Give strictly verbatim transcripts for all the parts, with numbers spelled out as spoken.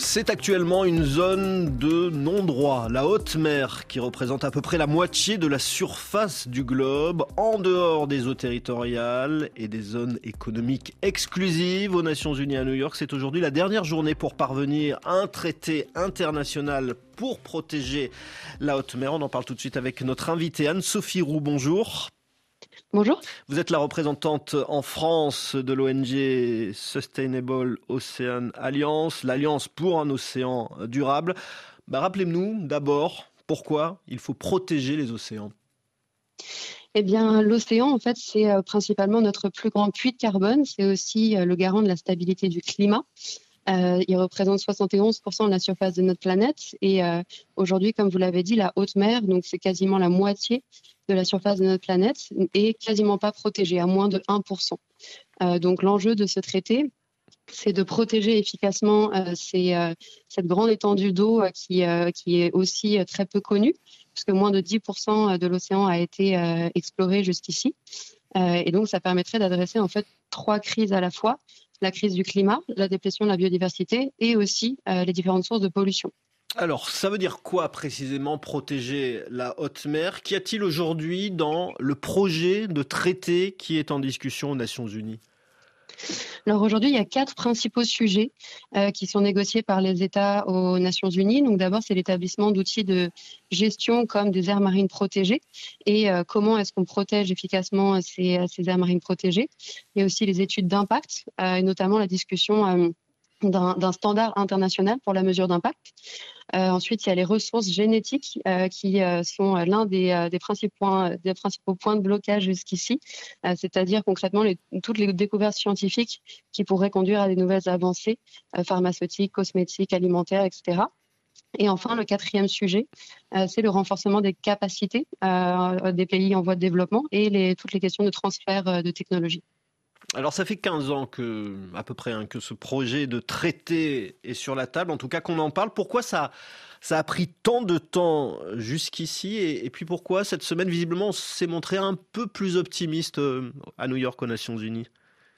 C'est actuellement une zone de non-droit, la haute mer, qui représente à peu près la moitié de la surface du globe, en dehors des eaux territoriales et des zones économiques exclusives aux Nations Unies à New York. C'est aujourd'hui la dernière journée pour parvenir à un traité international pour protéger la haute mer. On en parle tout de suite avec notre invitée Anne-Sophie Roux. Bonjour. Bonjour. Vous êtes la représentante en France de l'O N G Sustainable Ocean Alliance, l'Alliance pour un océan durable. Bah, rappelez-nous d'abord pourquoi il faut protéger les océans. Eh bien, l'océan, en fait, c'est euh, principalement notre plus grand puits de carbone. C'est aussi euh, le garant de la stabilité du climat. Euh, il représente soixante et onze pour cent de la surface de notre planète. Et euh, aujourd'hui, comme vous l'avez dit, la haute mer, donc c'est quasiment la moitié de la surface de notre planète, est quasiment pas protégée, à moins de un pour cent. Euh, donc l'enjeu de ce traité, c'est de protéger efficacement euh, ces, euh, cette grande étendue d'eau euh, qui, euh, qui est aussi euh, très peu connue, puisque moins de dix pour cent de l'océan a été euh, exploré jusqu'ici. Euh, et donc, ça permettrait d'adresser en fait trois crises à la fois: la crise du climat, la déplétion de la biodiversité et aussi euh, les différentes sources de pollution. Alors, ça veut dire quoi précisément protéger la haute mer? Qu'y a-t-il aujourd'hui dans le projet de traité qui est en discussion aux Nations Unies? Alors aujourd'hui, il y a quatre principaux sujets euh, qui sont négociés par les États aux Nations Unies. Donc d'abord, c'est l'établissement d'outils de gestion comme des aires marines protégées et euh, comment est-ce qu'on protège efficacement ces, ces aires marines protégées. Il y a aussi les études d'impact euh, et notamment la discussion euh, d'un, d'un standard international pour la mesure d'impact. Euh, ensuite, il y a les ressources génétiques euh, qui euh, sont l'un des, euh, des, principaux points, des principaux points de blocage jusqu'ici, euh, c'est-à-dire concrètement les, toutes les découvertes scientifiques qui pourraient conduire à des nouvelles avancées euh, pharmaceutiques, cosmétiques, alimentaires, et cetera. Et enfin, le quatrième sujet, euh, c'est le renforcement des capacités euh, des pays en voie de développement et les, toutes les questions de transfert euh, de technologie. Alors ça fait quinze ans que, à peu près, hein, que ce projet de traité est sur la table, en tout cas qu'on en parle. Pourquoi ça, ça a pris tant de temps jusqu'ici et, et puis pourquoi cette semaine, visiblement, on s'est montré un peu plus optimiste euh, à New York aux Nations Unies?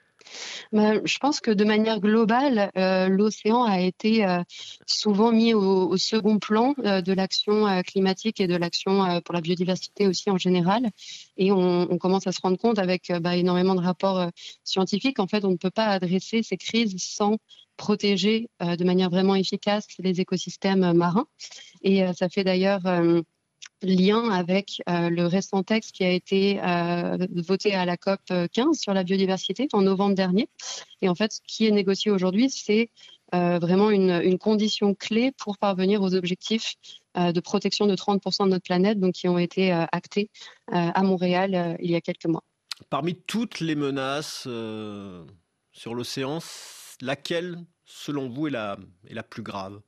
Ben, je pense que de manière globale, euh, l'océan a été euh, souvent mis au, au second plan euh, de l'action euh, climatique et de l'action euh, pour la biodiversité aussi en général. Et on, on commence à se rendre compte avec euh, bah, énormément de rapports euh, scientifiques. En fait, on ne peut pas adresser ces crises sans protéger euh, de manière vraiment efficace les écosystèmes euh, marins. Et euh, ça fait d'ailleurs euh, lien avec euh, le récent texte qui a été euh, voté à la COP quinze sur la biodiversité en novembre dernier. Et en fait, ce qui est négocié aujourd'hui, c'est euh, vraiment une, une condition clé pour parvenir aux objectifs euh, de protection de trente pour cent de notre planète, donc qui ont été euh, actés euh, à Montréal euh, il y a quelques mois. Parmi toutes les menaces euh, sur l'océan, laquelle, selon vous, est la, est la plus grave?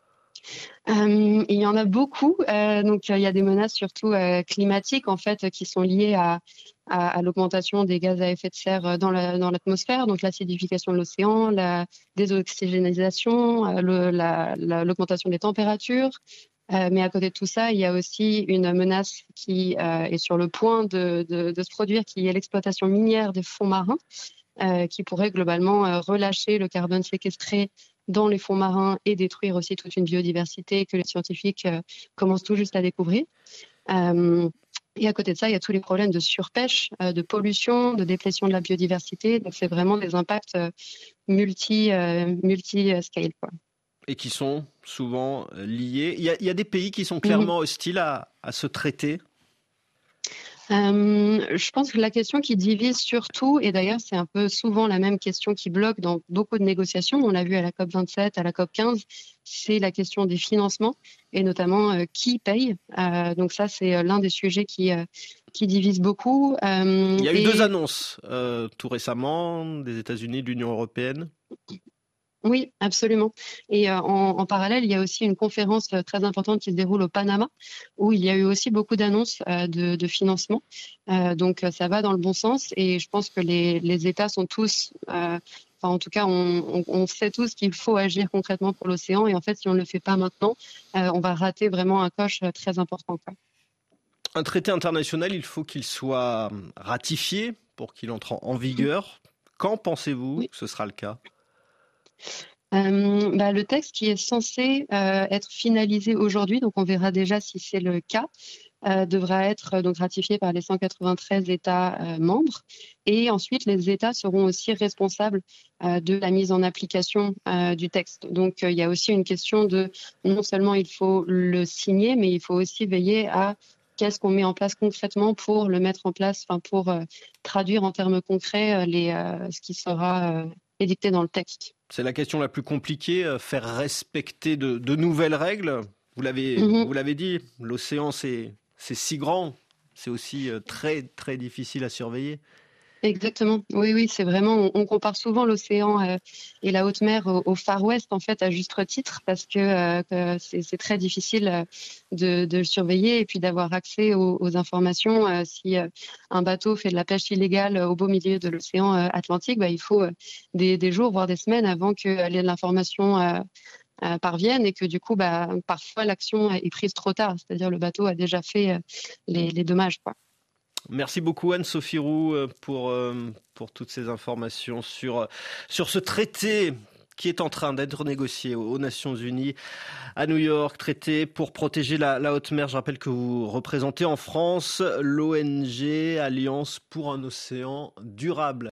Euh, il y en a beaucoup. Euh, donc, euh, il y a des menaces surtout euh, climatiques en fait qui sont liées à, à, à l'augmentation des gaz à effet de serre dans, la, dans l'atmosphère, donc l'acidification de l'océan, la désoxygénisation, euh, le, la, la, l'augmentation des températures. Euh, mais à côté de tout ça, il y a aussi une menace qui euh, est sur le point de, de, de se produire, qui est l'exploitation minière des fonds marins, euh, qui pourrait globalement euh, relâcher le carbone séquestré dans les fonds marins et détruire aussi toute une biodiversité que les scientifiques euh, commencent tout juste à découvrir. Euh, et à côté de ça, il y a tous les problèmes de surpêche, euh, de pollution, de déplétion de la biodiversité. Donc, c'est vraiment des impacts euh, multi, euh, multi-scale, quoi. Et qui sont souvent liés. Il y a, il y a des pays qui sont Mm-hmm. clairement hostiles à, à ce traité. Euh, je pense que la question qui divise surtout, et d'ailleurs c'est un peu souvent la même question qui bloque dans beaucoup de négociations, on l'a vu à la COP vingt-sept, à la COP quinze, c'est la question des financements et notamment euh, qui paye. Euh, donc ça c'est l'un des sujets qui, euh, qui divise beaucoup. Euh, Il y a eu et... deux annonces euh, tout récemment des États-Unis, de l'Union européenne. Oui, absolument. Et euh, en, en parallèle, il y a aussi une conférence euh, très importante qui se déroule au Panama, où il y a eu aussi beaucoup d'annonces euh, de, de financement. Euh, donc, euh, ça va dans le bon sens. Et je pense que les, les États sont tous, euh, enfin, en tout cas, on, on, on sait tous qu'il faut agir concrètement pour l'océan. Et en fait, si on ne le fait pas maintenant, euh, on va rater vraiment un coche euh, très important, quoi. Un traité international, il faut qu'il soit ratifié pour qu'il entre en vigueur. Quand pensez-vous Oui. que ce sera le cas ? Euh, bah, le texte qui est censé euh, être finalisé aujourd'hui, donc on verra déjà si c'est le cas, euh, devra être euh, donc ratifié par les cent quatre-vingt-treize États euh, membres. Et ensuite, les États seront aussi responsables euh, de la mise en application euh, du texte. Donc, euh, il y a aussi une question de non seulement il faut le signer, mais il faut aussi veiller à qu'est-ce qu'on met en place concrètement pour le mettre en place, enfin pour euh, traduire en termes concrets euh, les, euh, ce qui sera euh, édicté dans le texte. C'est la question la plus compliquée, euh, faire respecter de, de nouvelles règles. Vous l'avez, Mhm. vous l'avez dit, l'océan c'est, c'est si grand, c'est aussi euh, très très difficile à surveiller. Exactement. Oui, oui, c'est vraiment. On, on compare souvent l'océan euh, et la haute mer au, au Far West, en fait, à juste titre, parce que, euh, que c'est, c'est très difficile euh, de, de le surveiller et puis d'avoir accès aux, aux informations. Euh, si euh, un bateau fait de la pêche illégale au beau milieu de l'océan euh, Atlantique, bah, il faut euh, des, des jours, voire des semaines avant que euh, l'information euh, euh, parvienne et que du coup, bah, parfois, l'action est prise trop tard, c'est-à-dire le bateau a déjà fait euh, les, les dommages, quoi. Merci beaucoup Anne-Sophie Roux euh, pour, euh, pour toutes ces informations sur, euh, sur ce traité qui est en train d'être négocié aux Nations Unies à New York, traité pour protéger la, la haute mer. Je rappelle que vous représentez en France l'O N G Alliance pour un océan durable.